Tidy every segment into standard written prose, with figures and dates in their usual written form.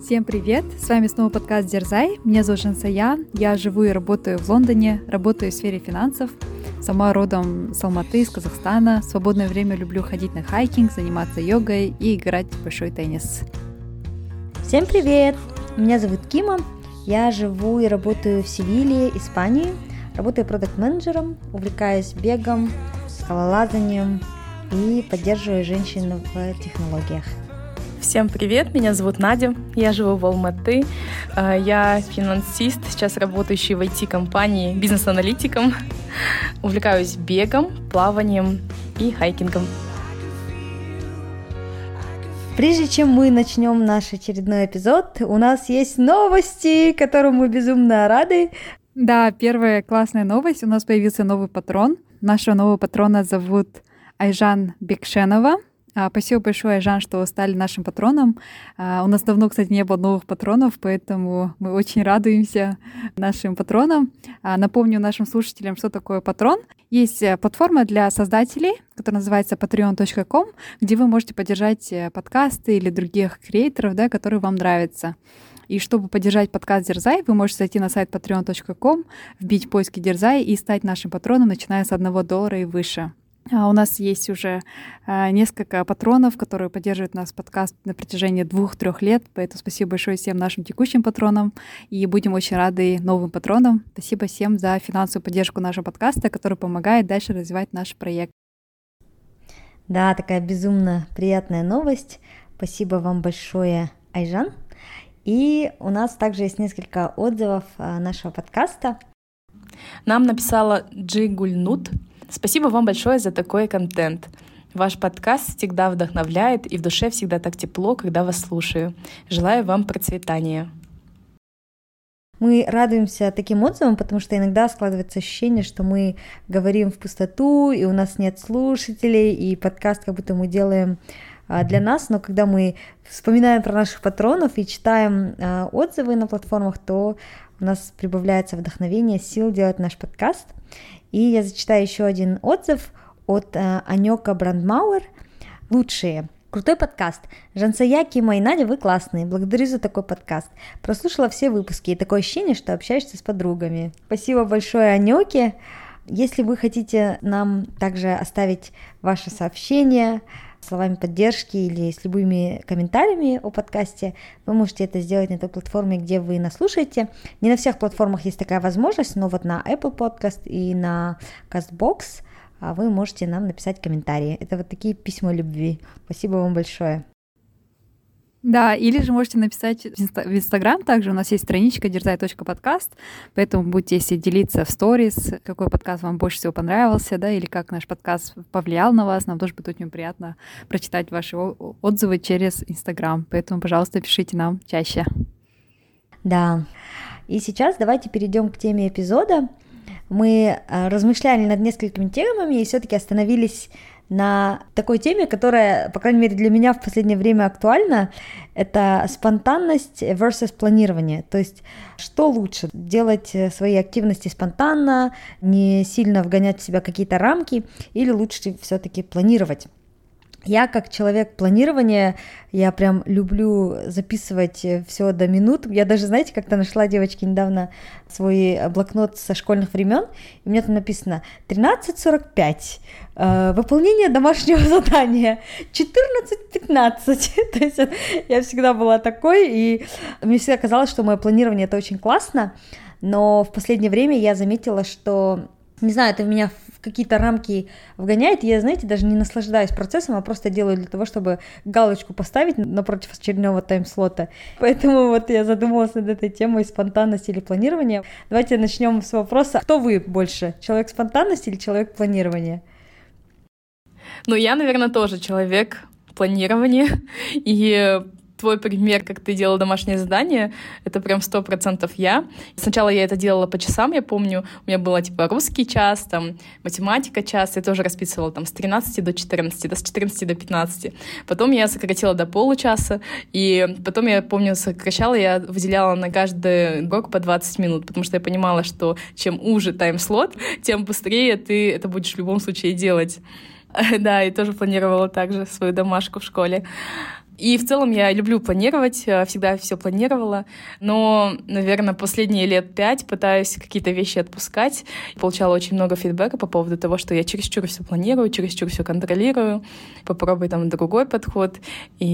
Всем привет! С вами снова подкаст «Дерзай». Меня зовут Жансая. Я живу и работаю в Лондоне, работаю в сфере финансов. Сама родом с Алматы, из Казахстана. В свободное время люблю ходить на хайкинг, заниматься йогой и играть в большой теннис. Всем привет! Меня зовут Кима. Я живу и работаю в Севилье, Испании. Работаю продакт-менеджером, увлекаюсь бегом, скалолазанием и поддерживаю женщин в технологиях. Всем привет, меня зовут Надя, я живу в Алматы, я финансист, сейчас работающий в IT-компании, бизнес-аналитиком, увлекаюсь бегом, плаванием и хайкингом. Прежде чем мы начнем наш очередной эпизод, у нас есть новости, которым мы безумно рады. Да, первая классная новость, у нас появился новый патрон. Нашего нового патрона зовут Айжан Бекшенова. Спасибо большое, Айжан, что вы стали нашим патроном. У нас давно, кстати, не было новых патронов, поэтому мы очень радуемся нашим патронам. Напомню нашим слушателям, что такое патрон. Есть платформа для создателей, которая называется patreon.com, где вы можете поддержать подкасты или других креаторов, да, которые вам нравятся. И чтобы поддержать подкаст «Дерзай», вы можете зайти на сайт patreon.com, вбить в поиске «Дерзай» и стать нашим патроном, начиная с $1 и выше. У нас есть уже несколько патронов, которые поддерживают наш подкаст на протяжении 2-3 лет, поэтому спасибо большое всем нашим текущим патронам, и будем очень рады новым патронам. Спасибо всем за финансовую поддержку нашего подкаста, который помогает дальше развивать наш проект. Да, такая безумно приятная новость. Спасибо вам большое, Айжан. И у нас также есть несколько отзывов нашего подкаста. Нам написала Джи Гульнут. Спасибо вам большое за такой контент. Ваш подкаст всегда вдохновляет, и в душе всегда так тепло, когда вас слушаю. Желаю вам процветания. Мы радуемся таким отзывам, потому что иногда складывается ощущение, что мы говорим в пустоту, и у нас нет слушателей, и подкаст как будто мы делаем для нас, но когда мы вспоминаем про наших патронов и читаем отзывы на платформах, то у нас прибавляется вдохновение, сил делать наш подкаст. И я зачитаю еще один отзыв от Анёка Брандмауэр. Лучшие. Крутой подкаст. Жансая, Кима и Надя, вы классные. Благодарю за такой подкаст. Прослушала все выпуски, и такое ощущение, что общаешься с подругами. Спасибо большое Анёке. Если вы хотите нам также оставить ваше сообщение словами поддержки или с любыми комментариями о подкасте, вы можете это сделать на той платформе, где вы нас слушаете. Не на всех платформах есть такая возможность, но вот на Apple Podcast и на CastBox вы можете нам написать комментарии. Это вот такие письма любви. Спасибо вам большое. Да, или же можете написать в Инстаграм, также у нас есть страничка derzai.podcast, поэтому будете, если делиться в сторис, какой подкаст вам больше всего понравился, да, или как наш подкаст повлиял на вас, нам тоже будет очень приятно прочитать ваши отзывы через Инстаграм, поэтому, пожалуйста, пишите нам чаще. Да, и сейчас давайте перейдем к теме эпизода. Мы размышляли над несколькими темами и все-таки остановились на такой теме, которая, по крайней мере, для меня в последнее время актуальна. Это спонтанность versus планирование. То есть, что лучше? Делать свои активности спонтанно, не сильно вгонять в себя какие-то рамки, или лучше все-таки планировать? Я как человек планирования, я прям люблю записывать все до минут. Я даже, знаете, как-то нашла, девочки, недавно свой блокнот со школьных времен, и у меня там написано 13:45, выполнение домашнего задания 14:15. То есть я всегда была такой, и мне всегда казалось, что мое планирование — это очень классно, но в последнее время я заметила, что, не знаю, это меня в какие-то рамки вгоняет, и я, знаете, даже не наслаждаюсь процессом, а просто делаю для того, чтобы галочку поставить напротив очередного тайм-слота. Поэтому вот я задумалась над этой темой спонтанности или планирования. Давайте начнем с вопроса: кто вы больше, человек спонтанности или человек планирования? Ну, я, наверное, тоже человек планирования, и твой пример, как ты делала домашнее задание, это прям 100% я. Сначала я это делала по часам, я помню, у меня было типа русский час, там, математика час, я тоже расписывала там с 13 до 14, да, с 14 до 15. Потом я сократила до получаса, и потом я помню, сокращала, я выделяла на каждый урок по 20 минут, потому что я понимала, что чем уже тайм-слот, тем быстрее ты это будешь в любом случае делать. Да, и тоже планировала также свою домашку в школе. И в целом я люблю планировать, всегда все планировала, но, наверное, последние лет 5 пытаюсь какие-то вещи отпускать. Получала очень много фидбэка по поводу того, что я чересчур все планирую, чересчур все контролирую, попробуй там другой подход. И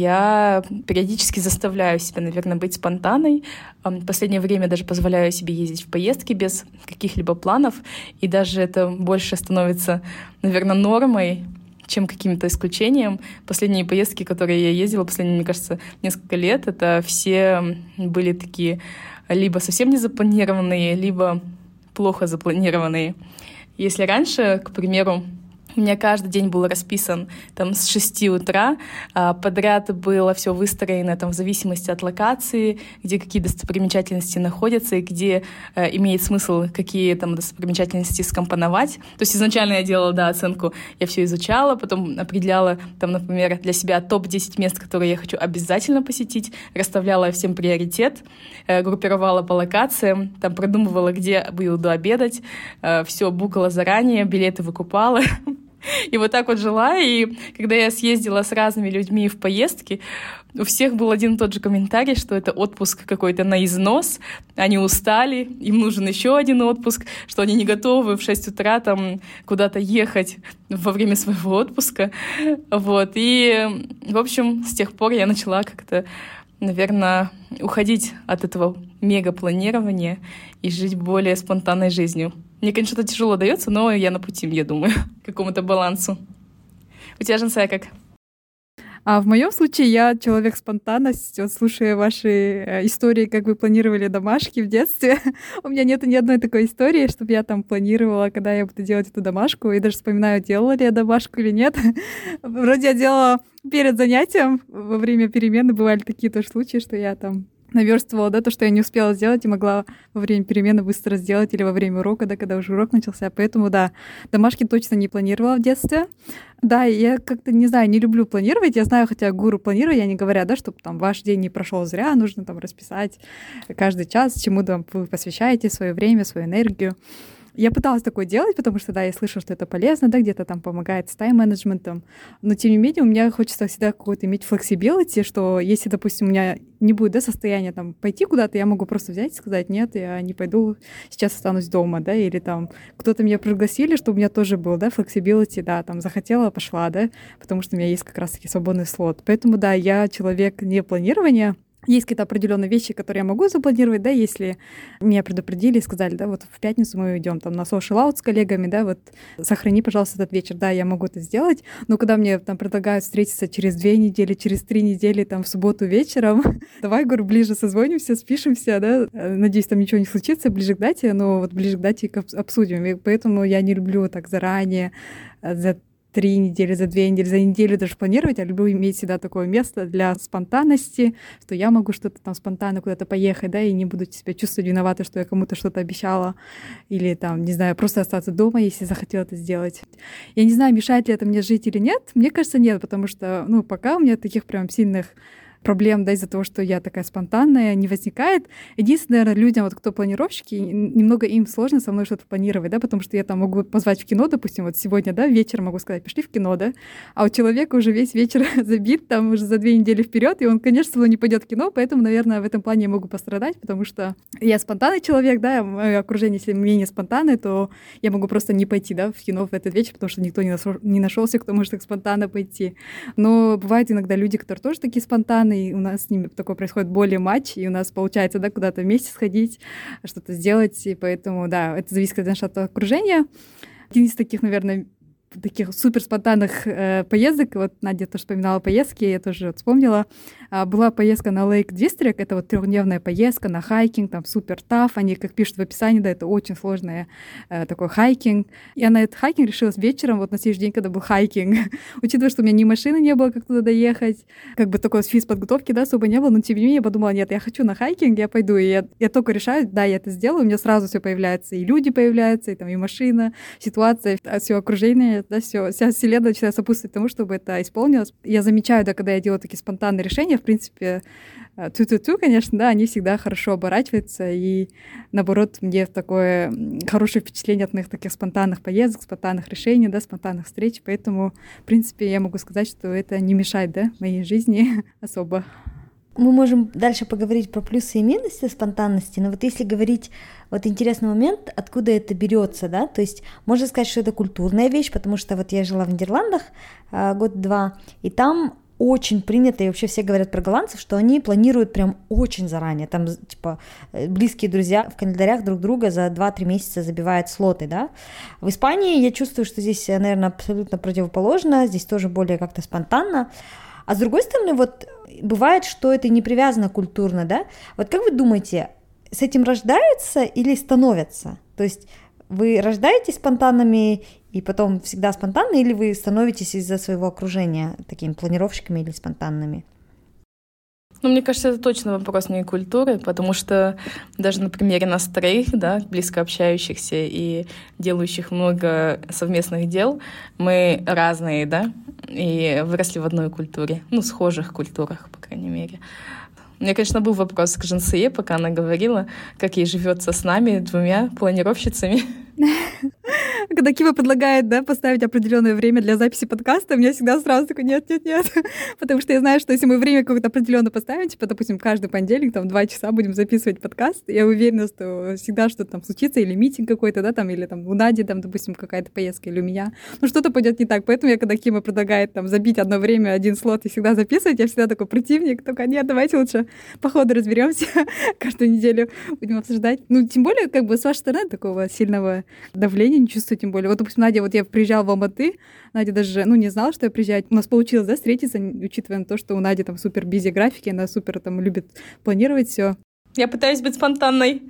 я периодически заставляю себя, наверное, быть спонтанной. В последнее время даже позволяю себе ездить в поездки без каких-либо планов, и даже это больше становится, наверное, нормой, чем каким-то исключением. Последние поездки, которые я ездила, последние, мне кажется, несколько лет, это все были такие либо совсем не запланированные, либо плохо запланированные. Если раньше, к примеру, у меня каждый день был расписан там, с 6 утра, подряд было все выстроено там, в зависимости от локации, где какие достопримечательности находятся и где имеет смысл какие там достопримечательности скомпоновать. То есть изначально я делала оценку, я все изучала, потом определяла, там, например, для себя топ-10 мест, которые я хочу обязательно посетить, расставляла всем приоритет, группировала по локациям, там, продумывала, где буду обедать, все букала заранее, билеты выкупала. И вот так вот жила, и когда я съездила с разными людьми в поездки, у всех был один и тот же комментарий, что это отпуск какой-то на износ, они устали, им нужен еще один отпуск, что они не готовы в 6 утра там куда-то ехать во время своего отпуска. Вот. И, в общем, с тех пор я начала как-то, наверное, уходить от этого мегапланирования и жить более спонтанной жизнью. Мне, конечно, это тяжело дается, но я на пути, я думаю, к какому-то балансу. У тебя, Жансая, как? А в моем случае я человек спонтанность. Вот слушая ваши истории, как вы планировали домашки в детстве, у меня нет ни одной такой истории, чтобы я там планировала, когда я буду делать эту домашку, и даже вспоминаю, делала ли я домашку или нет. Вроде я делала перед занятием, во время перемены бывали такие тоже случаи, что я там наверстывала, то, что я не успела сделать, и могла во время перемены быстро сделать, или во время урока, когда уже урок начался. Поэтому, домашки точно не планировала в детстве. Да, я как-то, не знаю, не люблю планировать. Я знаю, хотя гуру планирования, они говорят, чтобы там ваш день не прошел зря, нужно там расписать каждый час, чему там вы посвящаете свое время, свою энергию. Я пыталась такое делать, потому что, я слышала, что это полезно, где-то там помогает с тайм-менеджментом. Но, тем не менее, у меня хочется всегда какой-то иметь flexibility, что если, допустим, у меня не будет состояния там пойти куда-то, я могу просто взять и сказать, нет, я не пойду, сейчас останусь дома, или там кто-то меня пригласили, чтобы у меня тоже был, flexibility, там захотела, пошла, потому что у меня есть как раз-таки свободный слот. Поэтому, я человек не планирования. Есть какие-то определенные вещи, которые я могу запланировать, если меня предупредили и сказали, вот в пятницу мы идем там на social out с коллегами, вот сохрани, пожалуйста, этот вечер, я могу это сделать. Но когда мне там предлагают встретиться через 2 недели, через 3 недели, там в субботу вечером, давай, говорю, ближе созвонимся, спишемся, надеюсь, там ничего не случится ближе к дате, но вот ближе к дате обсудим. И поэтому я не люблю так заранее, за 3 недели, за 2 недели, за неделю даже планировать. Я люблю иметь всегда такое место для спонтанности, что я могу что-то там спонтанно куда-то поехать, и не буду себя чувствовать виноватой, что я кому-то что-то обещала, или там, не знаю, просто остаться дома, если захотела это сделать. Я не знаю, мешает ли это мне жить или нет. Мне кажется, нет, потому что, пока у меня таких прям сильных проблем, из-за того, что я такая спонтанная, не возникает. Единственное, наверное, людям, кто планировщики, немного им сложно со мной что-то планировать, потому что я там могу позвать в кино, допустим, вот сегодня, вечером могу сказать, пошли в кино, а у человека уже весь вечер забит, там уже за 2 недели вперед, и он, конечно, со мной не пойдет в кино, поэтому, наверное, в этом плане я могу пострадать, потому что я спонтанный человек, мое окружение, если менее спонтанное, то я могу просто не пойти, в кино в этот вечер, потому что никто не нашелся, кто может так спонтанно пойти. Но бывают иногда люди, которые тоже такие спонтанные, и у нас с ними такое происходит более матч, и у нас получается, куда-то вместе сходить, что-то сделать, и поэтому, это зависит, конечно, от окружения. Один из таких, наверное, таких супер спонтанных поездок, вот Надя тоже вспоминала поездки, я тоже вспомнила, была поездка на Lake District, это вот 3-дневная поездка на хайкинг, там супер таф, они, как пишут в описании, это очень сложный такой хайкинг. Я на этот хайкинг решилась вечером, вот на следующий день, когда был хайкинг, учитывая, что у меня ни машины не было, как туда доехать, как бы такой физподготовки, особо не было, но тем не менее я подумала, нет, я хочу на хайкинг, я пойду, и я только решаю, я это сделаю, у меня сразу все появляется, и люди появляются, и там и машина, ситуация, все окружение, вся вселенная начинает сопутствовать тому, чтобы это исполнилось. Я замечаю, когда я делаю такие спонтанные решения, в принципе, тю-тю-тю, конечно, да, они всегда хорошо оборачиваются, и, наоборот, мне такое хорошее впечатление от моих таких спонтанных поездок, спонтанных решений, да, спонтанных встреч, поэтому, в принципе, я могу сказать, что это не мешает, да, моей жизни особо. Мы можем дальше поговорить про плюсы и минусы спонтанности, но вот если говорить, вот интересный момент, откуда это берется, да, то есть можно сказать, что это культурная вещь, потому что вот я жила в Нидерландах год-два, и там очень принято, и вообще все говорят про голландцев, что они планируют прям очень заранее, там, типа, близкие друзья в календарях друг друга за 2-3 месяца забивают слоты, да. В Испании я чувствую, что здесь, наверное, абсолютно противоположно, здесь тоже более как-то спонтанно, а с другой стороны, вот бывает, что это не привязано культурно, да. Вот как вы думаете, с этим рождаются или становятся? То есть вы рождаетесь спонтанными и потом всегда спонтанны, или вы становитесь из-за своего окружения такими планировщиками или спонтанными? Ну, мне кажется, это точно вопрос не культуры, потому что даже на примере нас троих, да, близко общающихся и делающих много совместных дел, мы разные, да, и выросли в одной культуре, ну, схожих культурах, по крайней мере. У меня, конечно, был вопрос к Жансее, пока она говорила, как ей живется с нами, двумя планировщицами. Когда Кива предлагает, да, поставить определенное время для записи подкаста, у меня всегда сразу такой нет. Потому что я знаю, что если мы время какое-то определенно поставим, типа, допустим, каждый понедельник, там, 2 часа будем записывать подкаст, я уверена, что всегда что-то там случится, или митинг какой-то, да, там, или там у Нади, там, допустим, какая-то поездка, или у меня, ну, что-то пойдет не так. Поэтому я, когда Кима предлагает там забить одно время, один слот и всегда записывать, я всегда такой противник, только нет, давайте лучше по ходу разберемся, каждую неделю будем обсуждать. Ну, тем более, как бы с вашей стороны такого сильного давления не чувствую, тем более. Вот, допустим, Надя, вот я приезжала в Алматы, Надя даже, ну, не знала, что я приезжаю. У нас получилось, да, встретиться, учитывая то, что у Нади там супер бизи графики, она супер там любит планировать все. Я пытаюсь быть спонтанной.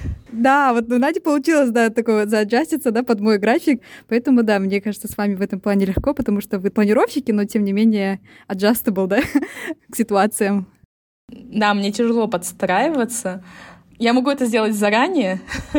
Да, вот у Нади получилось, да, такое зааджаститься, да, под мой график, поэтому, да, мне кажется, с вами в этом плане легко, потому что вы планировщики, но, тем не менее, adjustable, да, к ситуациям. Да, мне тяжело подстраиваться. Я могу это сделать заранее,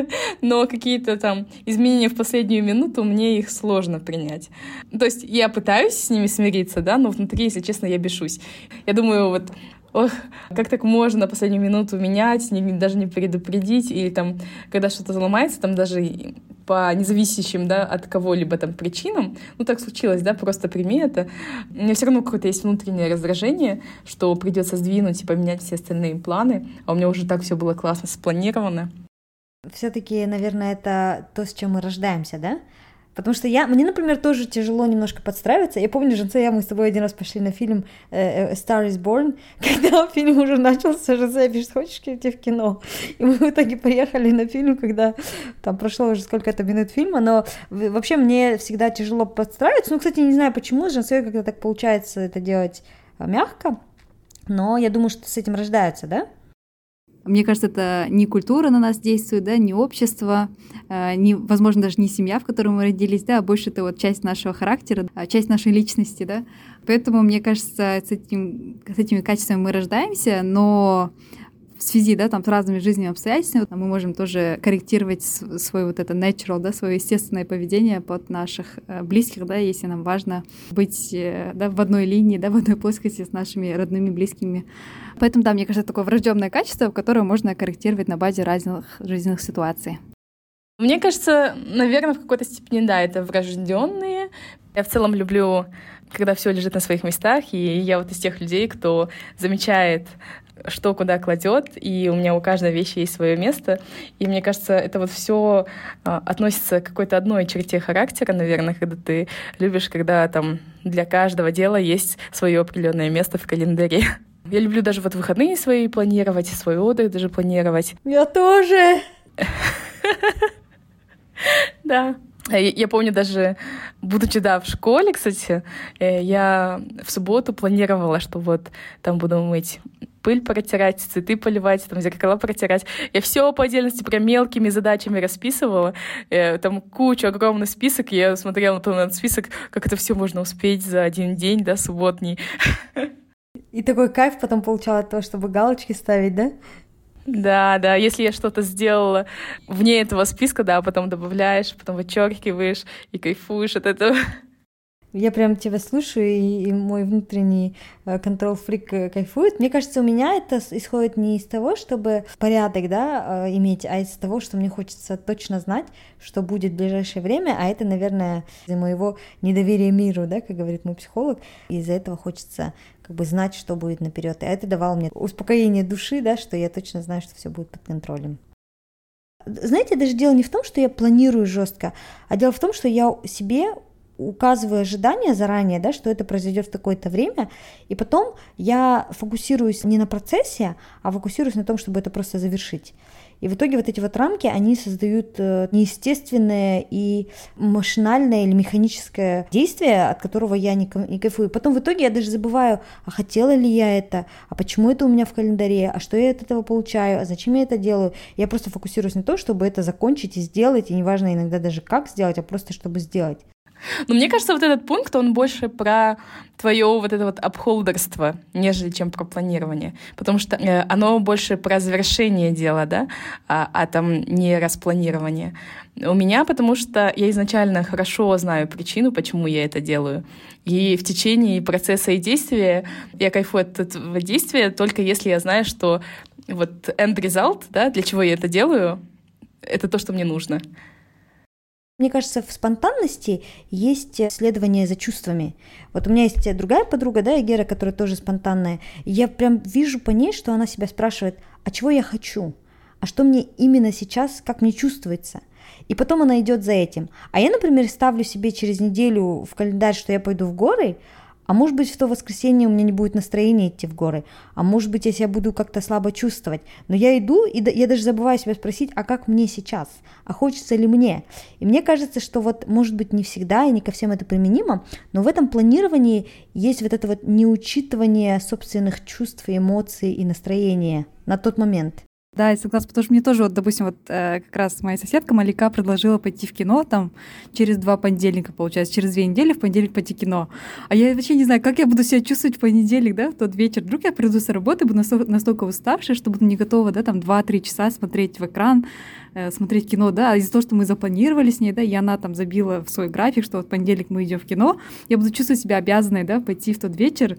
но какие-то там изменения в последнюю минуту, мне их сложно принять. То есть я пытаюсь с ними смириться, да, но внутри, если честно, я бешусь. Я думаю, вот, ох, как так можно на последнюю минуту менять, даже не предупредить, или там, когда что-то заломается, там даже по независящим, да, от кого-либо там причинам, ну так случилось, да, просто прими это. У меня все равно какое-то есть внутреннее раздражение, что придется сдвинуть и поменять все остальные планы, а у меня уже так все было классно спланировано. Все-таки, наверное, это то, с чем мы рождаемся, да? Потому что мне, например, тоже тяжело немножко подстраиваться. Я помню, Жансея, мы с тобой один раз пошли на фильм «A Star is Born», когда фильм уже начался, Жансея пишет: хочешь идти в кино? И мы в итоге поехали на фильм, когда там прошло уже сколько-то минут фильма, но вообще мне всегда тяжело подстраиваться. Ну, кстати, не знаю почему, с Жансеей как-то так получается это делать мягко, но я думаю, что с этим рождаются, да? Мне кажется, это не культура на нас действует, да, не общество, возможно, даже не семья, в которой мы родились, да, а больше это вот часть нашего характера, часть нашей личности, да. Поэтому, мне кажется, с этими качествами мы рождаемся, но в связи, да, там, с разными жизненными обстоятельствами мы можем тоже корректировать свой вот это natural, да, свое естественное поведение под наших близких, да, если нам важно быть, да, в одной линии, да, в одной плоскости с нашими родными, близкими. Поэтому, да, мне кажется, такое врожденное качество, которое можно корректировать на базе разных жизненных ситуаций. Мне кажется, наверное, в какой-то степени, да, это врожденные. Я в целом люблю, когда все лежит на своих местах, и я вот из тех людей, кто замечает, что куда кладет, и у меня у каждой вещи есть свое место. И мне кажется, это вот все относится к какой-то одной черте характера, наверное, когда ты любишь, когда там для каждого дела есть свое определенное место в календаре. Я люблю даже вот выходные свои планировать, свой отдых даже планировать. Я тоже! Да. Я помню даже, будучи, да, в школе, кстати, я в субботу планировала, что вот там буду мыть пыль протирать, цветы поливать, там зеркала протирать. Я все по отдельности прям мелкими задачами расписывала. Там кучу, огромный список. Я смотрела на этот список, как это все можно успеть за один день, да, субботний. И такой кайф потом получала от того, чтобы галочки ставить, да? Да, да, если я что-то сделала вне этого списка, да, потом добавляешь, потом вычеркиваешь и кайфуешь от этого. Я прям тебя слушаю, и мой внутренний контрол-фрик кайфует. Мне кажется, у меня это исходит не из того, чтобы порядок, да, иметь, а из того, что мне хочется точно знать, что будет в ближайшее время, а это, наверное, из-за моего недоверия миру, да, как говорит мой психолог, и из-за этого хочется как бы знать, что будет наперед. И это давало мне успокоение души, да, что я точно знаю, что все будет под контролем. Знаете, даже дело не в том, что я планирую жестко, а дело в том, что я себе указываю ожидания заранее, да, что это произойдет в такое-то время, и потом я фокусируюсь не на процессе, а фокусируюсь на том, чтобы это просто завершить. И в итоге вот эти вот рамки, они создают неестественное и машинальное или механическое действие, от которого я не кайфую. Потом в итоге я даже забываю, а хотела ли я это, а почему это у меня в календаре, а что я от этого получаю, а зачем я это делаю. Я просто фокусируюсь на том, чтобы это закончить и сделать, и неважно иногда даже как сделать, а просто чтобы сделать. Но мне кажется, вот этот пункт, он больше про твое вот это вот апхолдерство, нежели чем про планирование. Потому что оно больше про завершение дела, да, а там не распланирование. У меня, потому что я изначально хорошо знаю причину, почему я это делаю. И в течение процесса и действия я кайфую от этого действия только если я знаю, что вот end result, да, для чего я это делаю, это то, что мне нужно. Мне кажется, в спонтанности есть следование за чувствами. Вот у меня есть другая подруга, да, Гера, которая тоже спонтанная. И я прям вижу по ней, что она себя спрашивает, а чего я хочу? А что мне именно сейчас, как мне чувствуется? И потом она идет за этим. А я, например, ставлю себе через неделю в календарь, что я пойду в горы, а может быть, в то воскресенье у меня не будет настроения идти в горы, а может быть, я себя буду как-то слабо чувствовать. Но я иду, и я даже забываю себя спросить, а как мне сейчас? А хочется ли мне? И мне кажется, что вот, может быть, не всегда и не ко всем это применимо, но в этом планировании есть вот это вот неучитывание собственных чувств, эмоций и настроения на тот момент. Да, я согласна, потому что мне тоже, вот, допустим, вот как раз моя соседка Малика предложила пойти в кино там через 2 понедельника, получается, через 2 недели в понедельник пойти в кино. А я вообще не знаю, как я буду себя чувствовать в понедельник, да, в тот вечер. Вдруг я приду с работы, буду настолько уставшая, что буду не готова, да, там 2-3 часа смотреть в экран, смотреть кино, да, из-за того, что мы запланировали с ней, да, и она там забила в свой график, что вот в понедельник мы идем в кино, я буду чувствовать себя обязанной, да, пойти в тот вечер,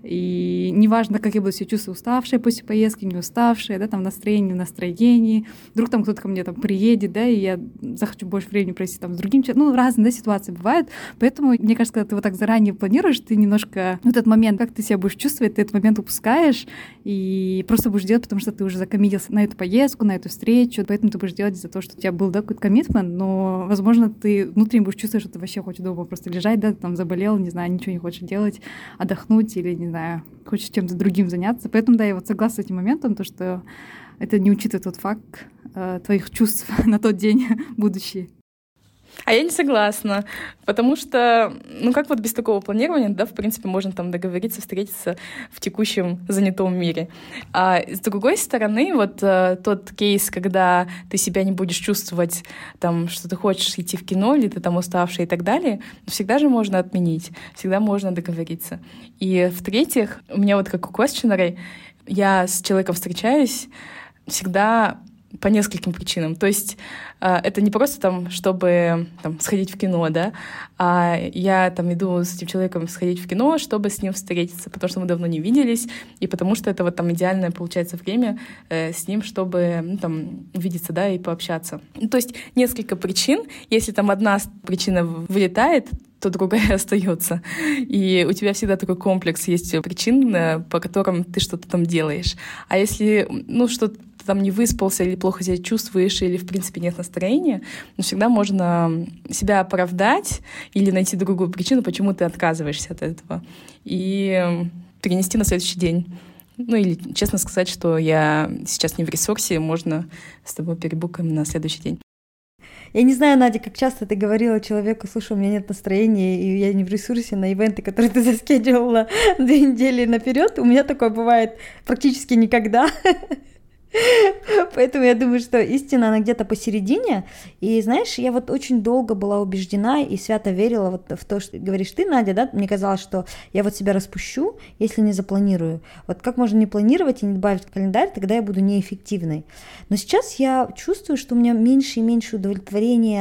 и неважно, как я буду себя чувствовать, уставшая после поездки, не уставшая, да, там в настроении, вдруг там кто-то ко мне там приедет, да, и я захочу больше времени провести там с другим человеком, ну, разные, да, ситуации бывают, поэтому, мне кажется, когда ты вот так заранее планируешь, ты немножко, вот этот момент, как ты себя будешь чувствовать, ты этот момент упускаешь, и просто будешь делать, потому что ты уже закоммитился на эту поездку, на эту встречу, поэтому ты будешь делать из-за того, что у тебя был, да, какой-то коммитмент, но, возможно, ты внутренне будешь чувствовать, что ты вообще хочешь дома просто лежать, да, ты там заболел, не знаю, ничего не хочешь делать, отдохнуть или, не знаю, хочешь чем-то другим заняться. Поэтому, да, я вот согласна с этим моментом, то, что это не учитывает тот факт твоих чувств на тот день будущий. А я не согласна, потому что, ну как вот без такого планирования, да, в принципе, можно там договориться, встретиться в текущем занятом мире. А с другой стороны, вот тот кейс, когда ты себя не будешь чувствовать, там, что ты хочешь идти в кино, или ты там уставший и так далее, всегда же можно отменить, всегда можно договориться. И в-третьих, у меня вот как у questionary, я с человеком встречаюсь всегда по нескольким причинам. То есть это не просто там, чтобы там, сходить в кино, да, а я там иду с этим человеком сходить в кино, чтобы с ним встретиться, потому что мы давно не виделись, и потому что это вот там идеальное, получается, время с ним, чтобы ну, там увидеться, да, и пообщаться. Ну, то есть несколько причин. Если там одна причина вылетает, то другая остается. И у тебя всегда такой комплекс есть причин, по которым ты что-то там делаешь. А если, ну, что-то там не выспался или плохо себя чувствуешь, или, в принципе, нет настроения, но всегда можно себя оправдать или найти другую причину, почему ты отказываешься от этого, и перенести на следующий день. Ну, или честно сказать, что я сейчас не в ресурсе, можно с тобой перебукаем на следующий день. Я не знаю, Надя, как часто ты говорила человеку, слушай, у меня нет настроения, и я не в ресурсе на ивенты, которые ты заскедживала 2 недели наперед. У меня такое бывает практически никогда. Поэтому я думаю, что истина, она где-то посередине. И знаешь, я вот очень долго была убеждена и свято верила вот в то, что говоришь ты, Надя, да, мне казалось, что я вот себя распущу, если не запланирую. Вот как можно не планировать и не добавить в календарь, тогда я буду неэффективной. Но сейчас я чувствую, что у меня меньше и меньше удовлетворения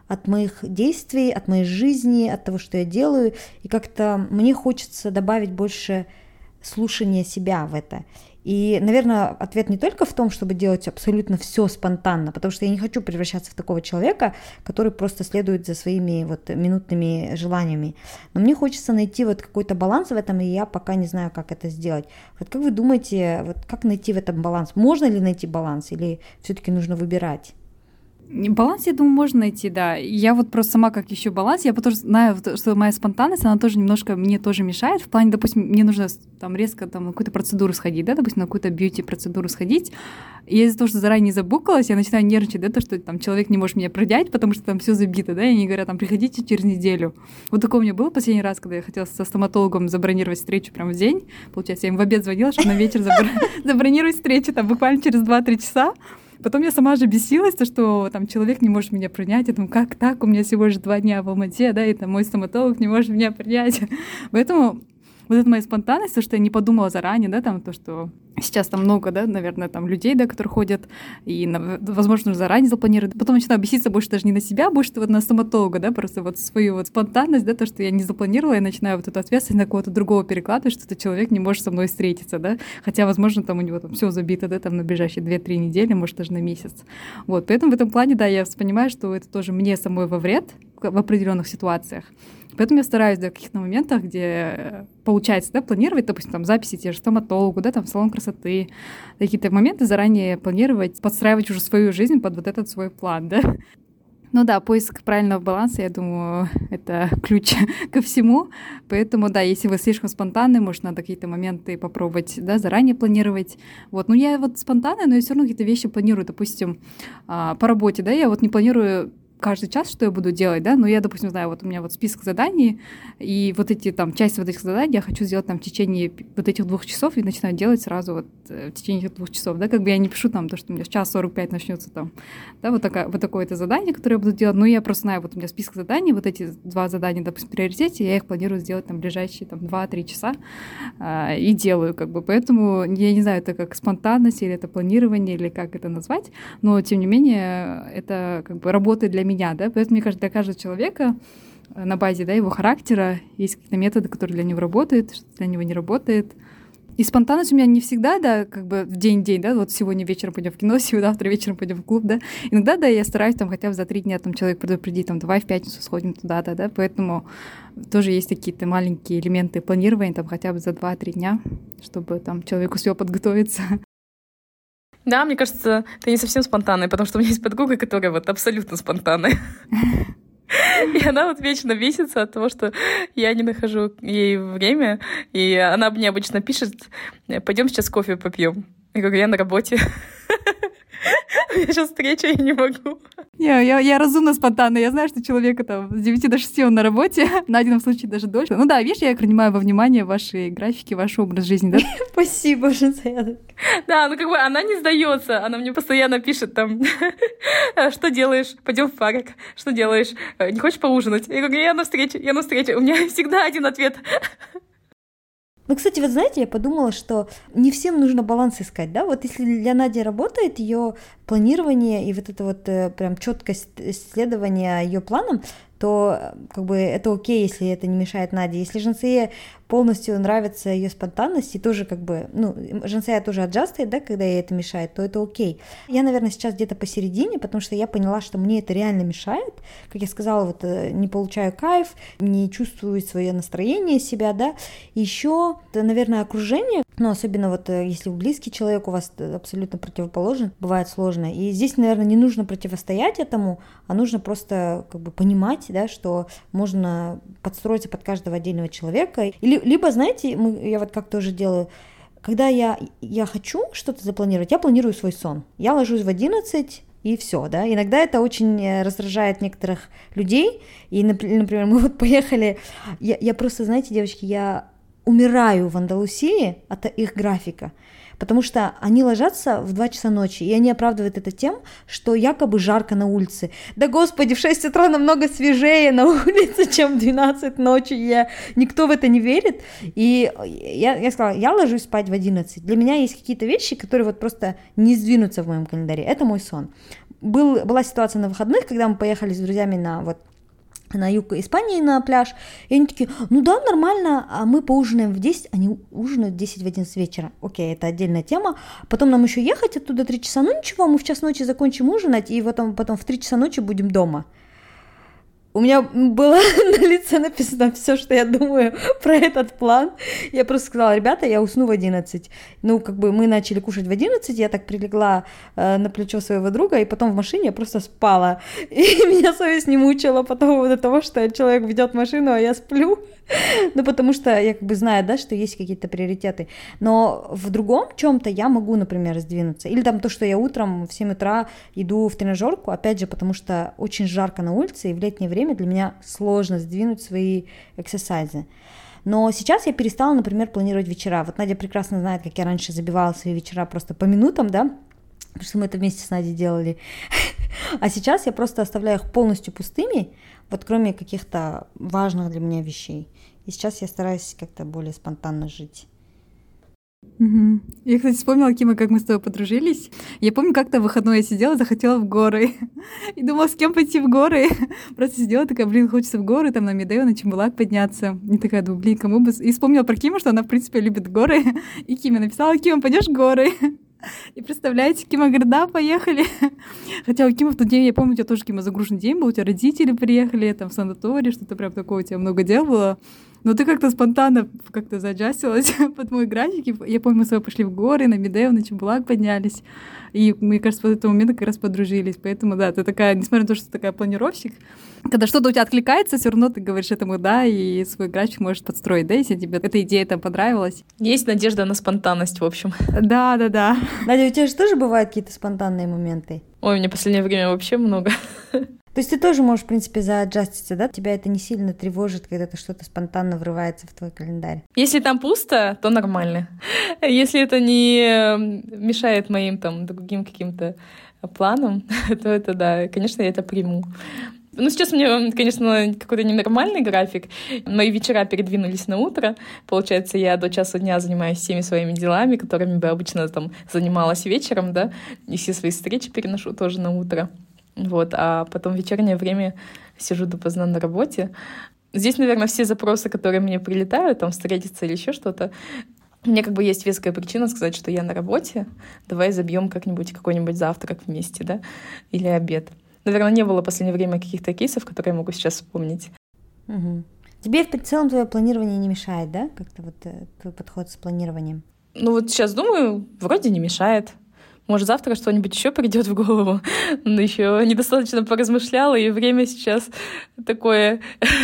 от моих действий, от моей жизни, от того, что я делаю, и как-то мне хочется добавить больше слушания себя в это. И, наверное, ответ не только в том, чтобы делать абсолютно все спонтанно, потому что я не хочу превращаться в такого человека, который просто следует за своими вот минутными желаниями. Но мне хочется найти вот какой-то баланс в этом, и я пока не знаю, как это сделать. Вот как вы думаете, вот как найти в этом баланс? Можно ли найти баланс, или все-таки нужно выбирать? Баланс, я думаю, можно найти, да. Я вот просто сама как ищу баланс, я потому что знаю, что моя спонтанность, она тоже немножко мне тоже мешает. В плане, допустим, мне нужно там резко там, на какую-то процедуру сходить, да, допустим, на какую-то бьюти-процедуру сходить. И из-за того, что заранее забукалась, я начинаю нервничать, да, то, что там человек не может меня принять, потому что там все забито, да, и они говорят, там, приходите через неделю. Вот такое у меня было последний раз, когда я хотела со стоматологом забронировать встречу прямо в день. Получается, я им в обед звонила, чтобы на вечер забронировать встречу, там, буквально через 2-3 часа. Потом я сама же бесилась, то, что там человек не может меня принять. Я думаю, как так? У меня всего лишь 2 дня в Алмате, да, и там мой стоматолог не может меня принять. Поэтому вот это моя спонтанность, то, что я не подумала заранее, да, там, то, что сейчас там много, да, наверное, там людей, да, которые ходят, и, возможно, нужно заранее запланировать. Потом начинаю беситься больше даже не на себя, больше вот на стоматолога, да, просто вот свою вот спонтанность, да, то, что я не запланировала, я начинаю вот эту ответственность на кого-то другого перекладывать, что этот человек не может со мной встретиться, да, хотя, возможно, там у него там все забито, да, там на ближайшие 2-3 недели, может, даже на месяц. Вот, поэтому в этом плане, да, я понимаю, что это тоже мне самой во вред в определенных ситуациях. Поэтому я стараюсь в каких-то моментах, где получается, да, планировать, допустим, там записи те же стоматологу, да, там в салон красоты, какие-то моменты заранее планировать, подстраивать уже свою жизнь под вот этот свой план, да. Ну да, поиск правильного баланса, я думаю, это ключ ко всему. Поэтому, да, если вы слишком спонтанны, может, надо какие-то моменты попробовать, да, заранее планировать. Вот, ну я вот спонтанная, но я все равно какие-то вещи планирую, допустим, по работе, да, я вот не планирую каждый час, что я буду делать, да, но я, допустим, знаю, вот у меня вот список заданий, и вот эти там, часть вот этих заданий я хочу сделать там в течение вот этих 2 часов и начинаю делать сразу вот в течение этих 2 часов, да, как бы я не пишу там то, что у меня в 1:45 начнется там, да, вот такое-то задание, которое я буду делать, но я просто знаю, вот у меня список заданий, вот эти 2 задания, допустим, в приоритете, я их планирую сделать там в ближайшие там 2-3 часа и делаю, как бы, поэтому я не знаю, это как спонтанность или это планирование, или как это назвать, но, тем не менее, это как бы работает для меня, да, поэтому, мне кажется, для каждого человека на базе, да, его характера есть какие-то методы, которые для него работают, что для него не работает. И спонтанность у меня не всегда, да, как бы в день-день, да, вот сегодня вечером пойдем в кино, завтра вечером пойдем в клуб, да. Иногда, да, я стараюсь там хотя бы за 3 дня там человек предупредить, там, давай в пятницу сходим туда-то, да, поэтому тоже есть какие-то маленькие элементы планирования, там, хотя бы за 2-3 дня, чтобы там человек успел подготовиться. Да, мне кажется, ты не совсем спонтанная, потому что у меня есть подруга, которая вот абсолютно спонтанная. И она вот вечно бесится от того, что я не нахожу ей время. И она мне обычно пишет: пойдем сейчас кофе попьем. Я говорю, я на работе. У меня сейчас встреча, я не могу. Я разумно спонтанна. Я знаю, что человека там с 9 до 6 он на работе, на один случай даже дольше. Ну да, видишь, я принимаю во внимание ваши графики, ваш образ жизни, да? Спасибо, Жансая. Да, ну как бы она не сдается, она мне постоянно пишет там, что делаешь, пойдем в парк, что делаешь, не хочешь поужинать? Я говорю, я на встрече. У меня всегда один ответ. Ну, кстати, вот знаете, я подумала, что не всем нужно баланс искать, да, вот если для Нади работает ее планирование и вот это вот прям четкость следования ее планам, то как бы это окей, если это не мешает Наде. Если Жансее полностью нравится ее спонтанность, и тоже как бы, ну, Жансея тоже аджастает, да, когда ей это мешает, то это окей. Я, наверное, сейчас где-то посередине, потому что я поняла, что мне это реально мешает. Как я сказала, вот не получаю кайф, не чувствую свое настроение себя, да. Еще, наверное, окружение, ну, особенно вот если вы близкий человек, у вас абсолютно противоположен, бывает сложно. И здесь, наверное, не нужно противостоять этому, а нужно просто как бы понимать, да, что можно подстроиться под каждого отдельного человека. Либо, знаете, я вот как тоже делаю, когда я хочу что-то запланировать, я планирую свой сон. Я ложусь в 11, и все, да. Иногда это очень раздражает некоторых людей. И, например, мы вот поехали, я просто, знаете, девочки, я умираю в Андалусии от их графика. Потому что они ложатся в 2 часа ночи, и они оправдывают это тем, что якобы жарко на улице. Да господи, в 6 утра намного свежее на улице, чем в 12 ночи. Никто в это не верит. И я сказала, я ложусь спать в 11. Для меня есть какие-то вещи, которые вот просто не сдвинутся в моем календаре. Это мой сон. была ситуация на выходных, когда мы поехали с друзьями на юг Испании на пляж, и они такие, ну да, нормально, а мы поужинаем в 10, они ужинают в 10 в 11 вечера. Окей, это отдельная тема. Потом нам еще ехать оттуда 3 часа, ну ничего, мы в час ночи закончим ужинать, и потом в 3 часа ночи будем дома. У меня было на лице написано все, что я думаю про этот план. Я просто сказала, ребята, я усну в 11. Ну, как бы мы начали кушать в 11, я так прилегла на плечо своего друга, и потом в машине я просто спала. И меня совесть не мучила по поводу того, что человек ведет машину, а я сплю. Ну, потому что я как бы знаю, да, что есть какие-то приоритеты. Но в другом чем-то я могу, например, сдвинуться. Или там то, что я утром в 7 утра иду в тренажерку, опять же, потому что очень жарко на улице, и в летнее время для меня сложно сдвинуть свои эксерсайзы. Но сейчас я перестала, например, планировать вечера. Вот Надя прекрасно знает, как я раньше забивала свои вечера просто по минутам, да, потому что мы это вместе с Надей делали. А сейчас я просто оставляю их полностью пустыми, вот кроме каких-то важных для меня вещей. И сейчас я стараюсь как-то более спонтанно жить. Угу. Я, кстати, вспомнила, Кима, как мы с тобой подружились. Я помню, как-то в выходной я сидела, захотела в горы. И думала, с кем пойти в горы. Просто сидела такая, блин, хочется в горы, там на Медею, на Чембулак подняться. И такая, думаю, блин, кому бы... И вспомнила про Киму, что она, в принципе, любит горы. И Киме написала, Кима, пойдешь в горы? И представляете, Кима говорит, да, поехали. Хотя у Кима в тот день, я помню, у тебя тоже, Кима, загруженный день был, у тебя родители приехали, там в санатории, что-то прям такое, у тебя много дел было. Но ты как-то спонтанно как-то заджастилась под мой график. Я помню, мы с тобой пошли в горы, на Медею, на Чембулак поднялись. И, мне кажется, в этот момент как раз подружились. Поэтому, да, ты такая, несмотря на то, что ты такая планировщик, когда что-то у тебя откликается, все равно ты говоришь этому «да», и свой график можешь подстроить, да, если тебе эта идея там понравилась. Есть надежда на спонтанность, в общем. Да. Надя, у тебя же тоже бывают какие-то спонтанные моменты? Ой, у меня в последнее время вообще много. То есть ты тоже можешь, в принципе, зааджаститься, да? Тебя это не сильно тревожит, когда ты что-то спонтанно врывается в твой календарь? Если там пусто, то нормально. Если это не мешает моим там другим каким-то планам, то это да, конечно, я это приму. Ну, сейчас у меня, конечно, какой-то ненормальный график. Мои вечера передвинулись на утро. Получается, я до часу дня занимаюсь всеми своими делами, которыми бы обычно там занималась вечером, да, и все свои встречи переношу тоже на утро. Вот, а потом в вечернее время сижу допоздна на работе. Здесь, наверное, все запросы, которые мне прилетают, там, встретиться или еще что-то, у меня как бы есть веская причина сказать, что я на работе, давай забьем как-нибудь какой-нибудь завтрак вместе, да, или обед. Наверное, не было в последнее время каких-то кейсов, которые я могу сейчас вспомнить. Угу. Тебе в целом твое планирование не мешает, да? Как-то вот твой подход с планированием? Ну вот сейчас думаю, вроде не мешает. Может, завтра что-нибудь еще придет в голову, но еще недостаточно поразмышляла, и время сейчас такое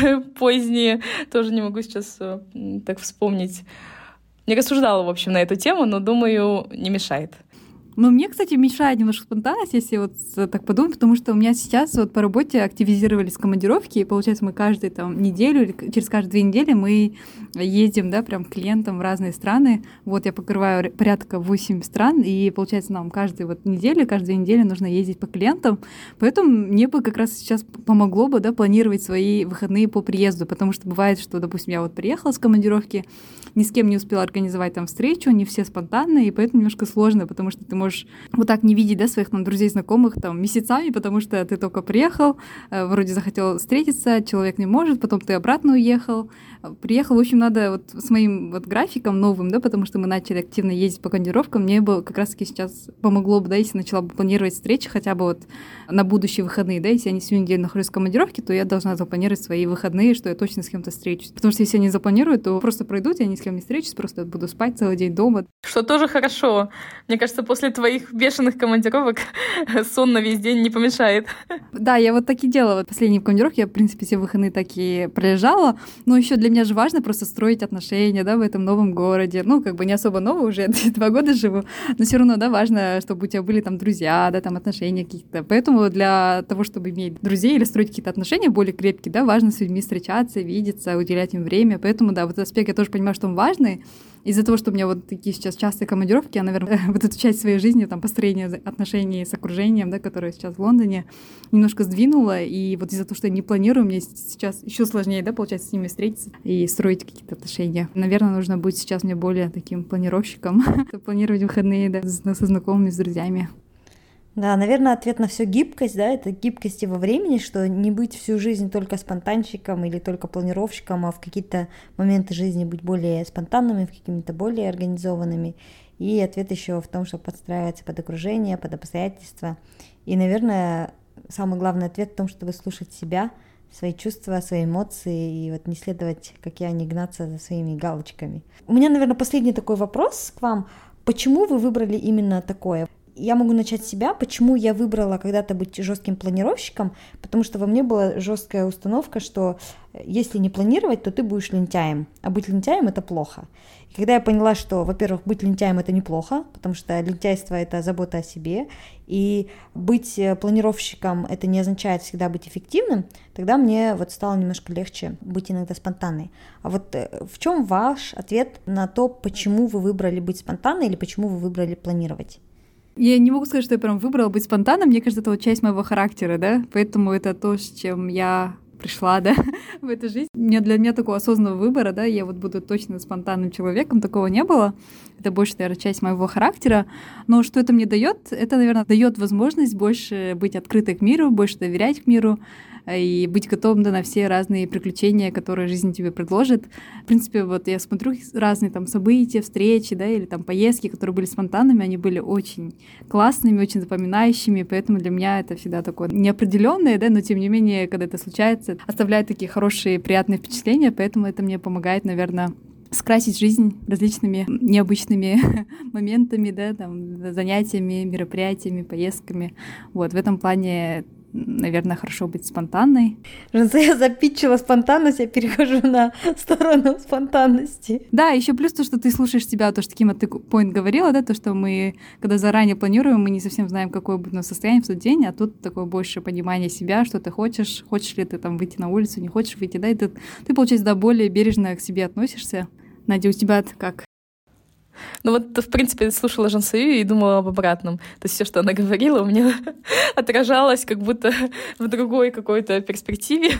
позднее, тоже не могу сейчас так вспомнить. Не рассуждала, в общем, на эту тему, но, думаю, не мешает. Но мне, кстати, мешает немножко спонтанность, если вот так подумать, потому что у меня сейчас вот по работе активизировались командировки, и получается, мы каждую там неделю или через каждые 2 недели мы ездим, да, прям к клиентам в разные страны. Вот я покрываю порядка 8 стран, и получается, нам каждую вот неделю, каждые 2 недели нужно ездить по клиентам. Поэтому мне бы как раз сейчас помогло бы, да, планировать свои выходные по приезду, потому что бывает, что, допустим, я вот приехала с командировки, ни с кем не успела организовать там встречу, не все спонтанные, и поэтому немножко сложно, потому что ты можешь вот так не видеть, да, своих там друзей, знакомых там месяцами, потому что ты только приехал, вроде захотел встретиться, человек не может, потом ты обратно уехал, приехал. В общем, надо вот с моим вот графиком новым, да, потому что мы начали активно ездить по командировкам, мне бы как раз-таки сейчас помогло бы, да, если начала бы планировать встречи хотя бы вот на будущие выходные, да, если я не всю неделю нахожусь в командировке, то я должна запланировать свои выходные, что я точно с кем-то встречусь. Потому что если я не запланирую, то просто пройдут, я ни с кем не встречусь, просто буду спать целый день дома. Что тоже хорошо. Мне кажется, после твоих бешеных командировок сон на весь день не помешает. Да, я вот так и делала. Вот последние командировки я, в принципе, все выходные так и пролежала. Но еще для меня же важно просто строить отношения, да, в этом новом городе. Ну, как бы не особо новый, уже 2 года живу, но все равно, да, важно, чтобы у тебя были там друзья, да, там отношения какие-то. Поэтому для того, чтобы иметь друзей или строить какие-то отношения более крепкие, да, важно с людьми встречаться, видеться, уделять им время. Поэтому, да, вот этот аспект я тоже понимаю, что он важный. Из-за того, что у меня вот такие сейчас частые командировки, я, наверное, вот эту часть своей жизни, там, построение отношений с окружением, да, которое сейчас в Лондоне, немножко сдвинула, и вот из-за того, что я не планирую, мне сейчас еще сложнее, да, получается, с ними встретиться и строить какие-то отношения. Наверное, нужно быть сейчас мне более таким планировщиком, планировать выходные, да, со знакомыми, с друзьями. Да, наверное, ответ на все гибкость, да, это гибкость и во времени, что не быть всю жизнь только спонтанщиком или только планировщиком, а в какие-то моменты жизни быть более спонтанными, в какими-то более организованными. И ответ еще в том, что подстраиваться под окружение, под обстоятельства. И, наверное, самый главный ответ в том, чтобы слушать себя, свои чувства, свои эмоции, и вот не следовать, как я, не гнаться за своими галочками. У меня, наверное, последний такой вопрос к вам. Почему вы выбрали именно такое? Я могу начать с себя, почему я выбрала когда-то быть жестким планировщиком, потому что во мне была жесткая установка, что если не планировать, то ты будешь лентяем, а быть лентяем — это плохо. И когда я поняла, что, во-первых, быть лентяем — это неплохо, потому что лентяйство — это забота о себе, и быть планировщиком — это не означает всегда быть эффективным, тогда мне вот стало немножко легче быть иногда спонтанной. А вот в чем ваш ответ на то, почему вы выбрали быть спонтанной или почему вы выбрали планировать? Я не могу сказать, что я прям выбрала быть спонтанным. Мне кажется, это вот часть моего характера, да, поэтому это то, с чем я пришла, да, в эту жизнь. Для меня такого осознанного выбора, да, я вот буду точно спонтанным человеком, такого не было. Это больше, наверное, часть моего характера. Но что это мне дает? Это, наверное, дает возможность больше быть открытой к миру, больше доверять к миру и быть готовым, да, на все разные приключения, которые жизнь тебе предложит. В принципе, вот я смотрю разные там события, встречи, да, или там поездки, которые были спонтанными, они были очень классными, очень запоминающими, поэтому для меня это всегда такое неопределенное, да, но тем не менее, когда это случается, оставляет такие хорошие, приятные впечатления, поэтому это мне помогает, наверное, скрасить жизнь различными необычными моментами, да, там, занятиями, мероприятиями, поездками. Вот, в этом плане, наверное, хорошо быть спонтанной. Я запитчила спонтанность, я перехожу на сторону спонтанности. Да, еще плюс то, что ты слушаешь себя, то, что Кима, ты point говорила, да, то, что мы, когда заранее планируем, мы не совсем знаем, какое будет у нас состояние в тот день, а тут такое больше понимание себя, что ты хочешь ли ты там выйти на улицу, не хочешь выйти, да, и ты получается, да, более бережно к себе относишься. Надя, у тебя как? Ну вот, в принципе, слушала Жансою и думала об обратном. То есть все, что она говорила, у меня отражалось как будто в другой какой-то перспективе.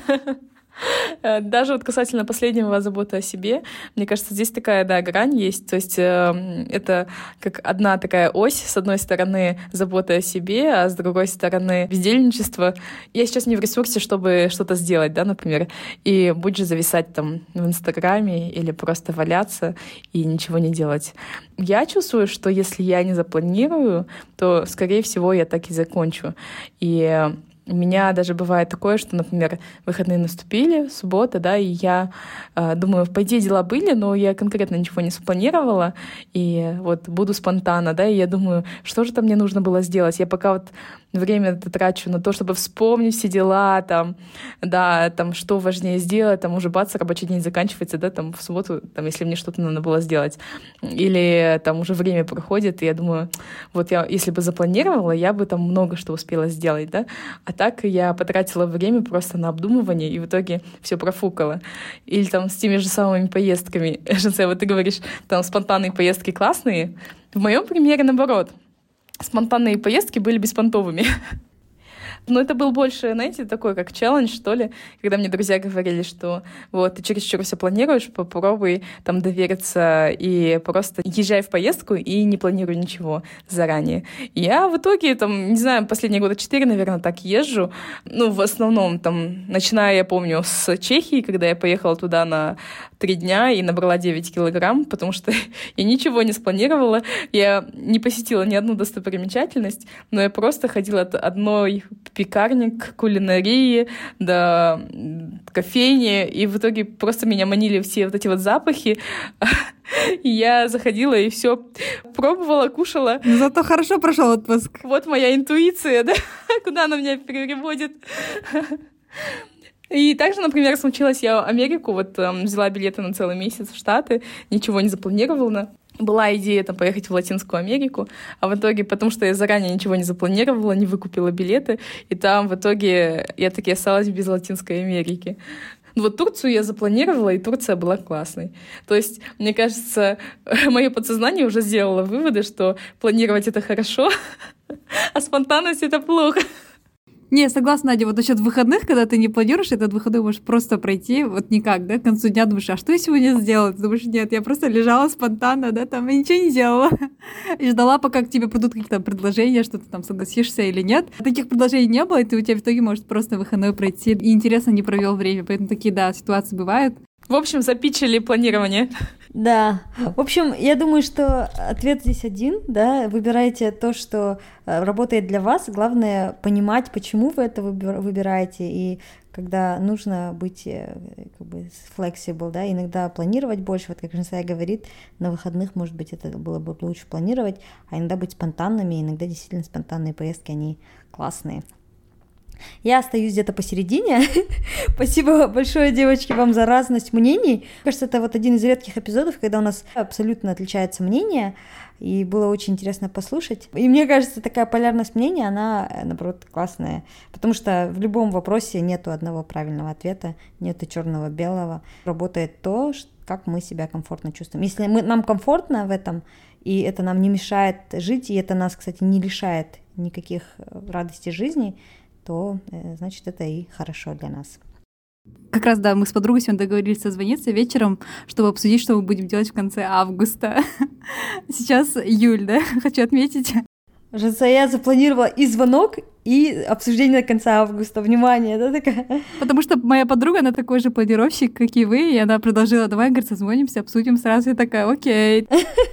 Даже вот касательно последнего заботы о себе, мне кажется, здесь такая, да, грань есть. То есть это как одна такая ось. С одной стороны забота о себе, а с другой стороны бездельничество. Я сейчас не в ресурсе, чтобы что-то сделать, да, например, и будь же зависать там в Инстаграме или просто валяться и ничего не делать. Я чувствую, что если я не запланирую, то, скорее всего, я так и закончу. И у меня даже бывает такое, что, например, выходные наступили, суббота, да, и я думаю, по идее дела были, но я конкретно ничего не спланировала, и вот буду спонтанно, да, и я думаю, что же там мне нужно было сделать? Я пока вот время это трачу на то, чтобы вспомнить все дела, там, да, там, что важнее сделать, там, уже бац, рабочий день заканчивается, да, там, в субботу, там, если мне что-то надо было сделать. Или там уже время проходит, и я думаю, вот я, если бы запланировала, я бы там много что успела сделать, да, а так я потратила время просто на обдумывание, и в итоге все профукала. Или там с теми же самыми поездками. Жансе, вот ты говоришь, там, спонтанные поездки классные. В моем примере наоборот. Спонтанные поездки были беспонтовыми. Но это был больше, знаете, такой как челлендж, что ли, когда мне друзья говорили, что вот ты чересчур все планируешь, попробуй там довериться и просто езжай в поездку и не планируй ничего заранее. Я в итоге, там, не знаю, последние года 4, наверное, так езжу. Ну, в основном, там, начиная, я помню, с Чехии, когда я поехала туда на 3 дня и набрала 9 килограмм, потому что я ничего не спланировала, я не посетила ни одну достопримечательность, но я просто ходила от одной пекарни к кулинарии до кофейни, и в итоге просто меня манили все вот эти вот запахи. И я заходила и все пробовала, кушала. Но зато хорошо прошел отпуск. Вот моя интуиция, да, куда она меня переводит. И также, например, случилось, я Америку, вот взяла билеты на целый месяц в Штаты, ничего не запланировала. Была идея там поехать в Латинскую Америку, а в итоге, потому что я заранее ничего не запланировала, не выкупила билеты, и там в итоге я таки осталась без Латинской Америки. Вот Турцию я запланировала, и Турция была классной. То есть, мне кажется, мое подсознание уже сделало выводы, что планировать — это хорошо, а спонтанность — это плохо. Не, согласна, Надя, вот насчет выходных, когда ты не планируешь, этот выходной можешь просто пройти, вот никак, да, к концу дня думаешь, а что я сегодня сделала? Ты думаешь, нет, я просто лежала спонтанно, да, там, и ничего не делала. И ждала, пока к тебе придут какие-то предложения, что ты там согласишься или нет. Таких предложений не было, и ты у тебя в итоге может просто выходной пройти, и интересно не провел время, поэтому такие, да, ситуации бывают. В общем, запичили планирование. Да. В общем, я думаю, что ответ здесь один, да, выбирайте то, что работает для вас. Главное понимать, почему вы это выбираете, и когда нужно быть как бы flexible, да, иногда планировать больше, вот как Женсая говорит, на выходных, может быть, это было бы лучше планировать, а иногда быть спонтанными, иногда действительно спонтанные поездки, они классные. Я остаюсь где-то посередине. Спасибо большое, девочки, вам за разность мнений. Кажется, это вот один из редких эпизодов, когда у нас абсолютно отличаются мнения, и было очень интересно послушать. И мне кажется, такая полярность мнений, она, наоборот, классная, потому что в любом вопросе нету одного правильного ответа, нету черного-белого. Работает то, как мы себя комфортно чувствуем. Если нам комфортно в этом, и это нам не мешает жить, и это нас, кстати, не лишает никаких радостей жизни, то, значит, это и хорошо для нас. Как раз, да, мы с подругой сегодня договорились созвониться вечером, чтобы обсудить, что мы будем делать в конце августа. Сейчас июль, да, хочу отметить. Я запланировала и звонок, и обсуждение до конца августа. Внимание, да, такая? Потому что моя подруга, она такой же планировщик, как и вы, и она предложила, давай, говорит, созвонимся, обсудим сразу. Я такая, окей.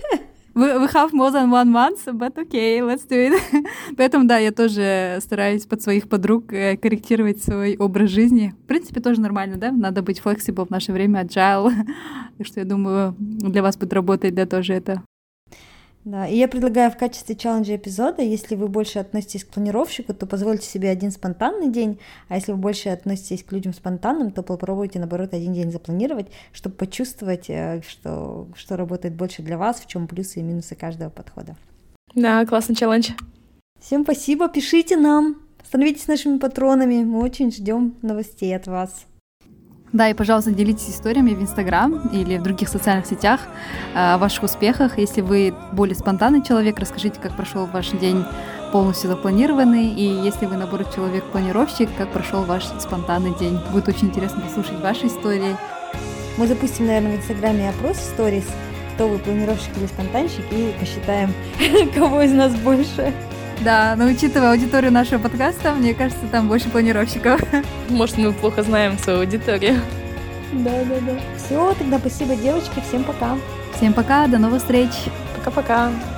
We have more than 1 month, but okay, let's do it. Поэтому, да, я тоже стараюсь под своих подруг корректировать свой образ жизни. В принципе, тоже нормально, да? Надо быть flexible в наше время, agile. Так что я думаю, для вас будет работать, да, тоже это. Да, и я предлагаю в качестве челленджа эпизода, если вы больше относитесь к планировщику, то позвольте себе один спонтанный день, а если вы больше относитесь к людям спонтанным, то попробуйте, наоборот, один день запланировать, чтобы почувствовать, что работает больше для вас, в чем плюсы и минусы каждого подхода. Да, классный челлендж. Всем спасибо, пишите нам, становитесь нашими патронами, мы очень ждем новостей от вас. Да, и, пожалуйста, делитесь историями в Инстаграм или в других социальных сетях о ваших успехах. Если вы более спонтанный человек, расскажите, как прошел ваш день полностью запланированный. И если вы, наоборот, человек-планировщик, как прошел ваш спонтанный день. Будет очень интересно послушать ваши истории. Мы запустим, наверное, в Инстаграме опрос сторис, кто вы, планировщик или спонтанщик, и посчитаем, кого из нас больше. Да, но учитывая аудиторию нашего подкаста, мне кажется, там больше планировщиков. Может, мы плохо знаем свою аудиторию. Да. Все, тогда спасибо, девочки, всем пока. Всем пока, до новых встреч. Пока-пока.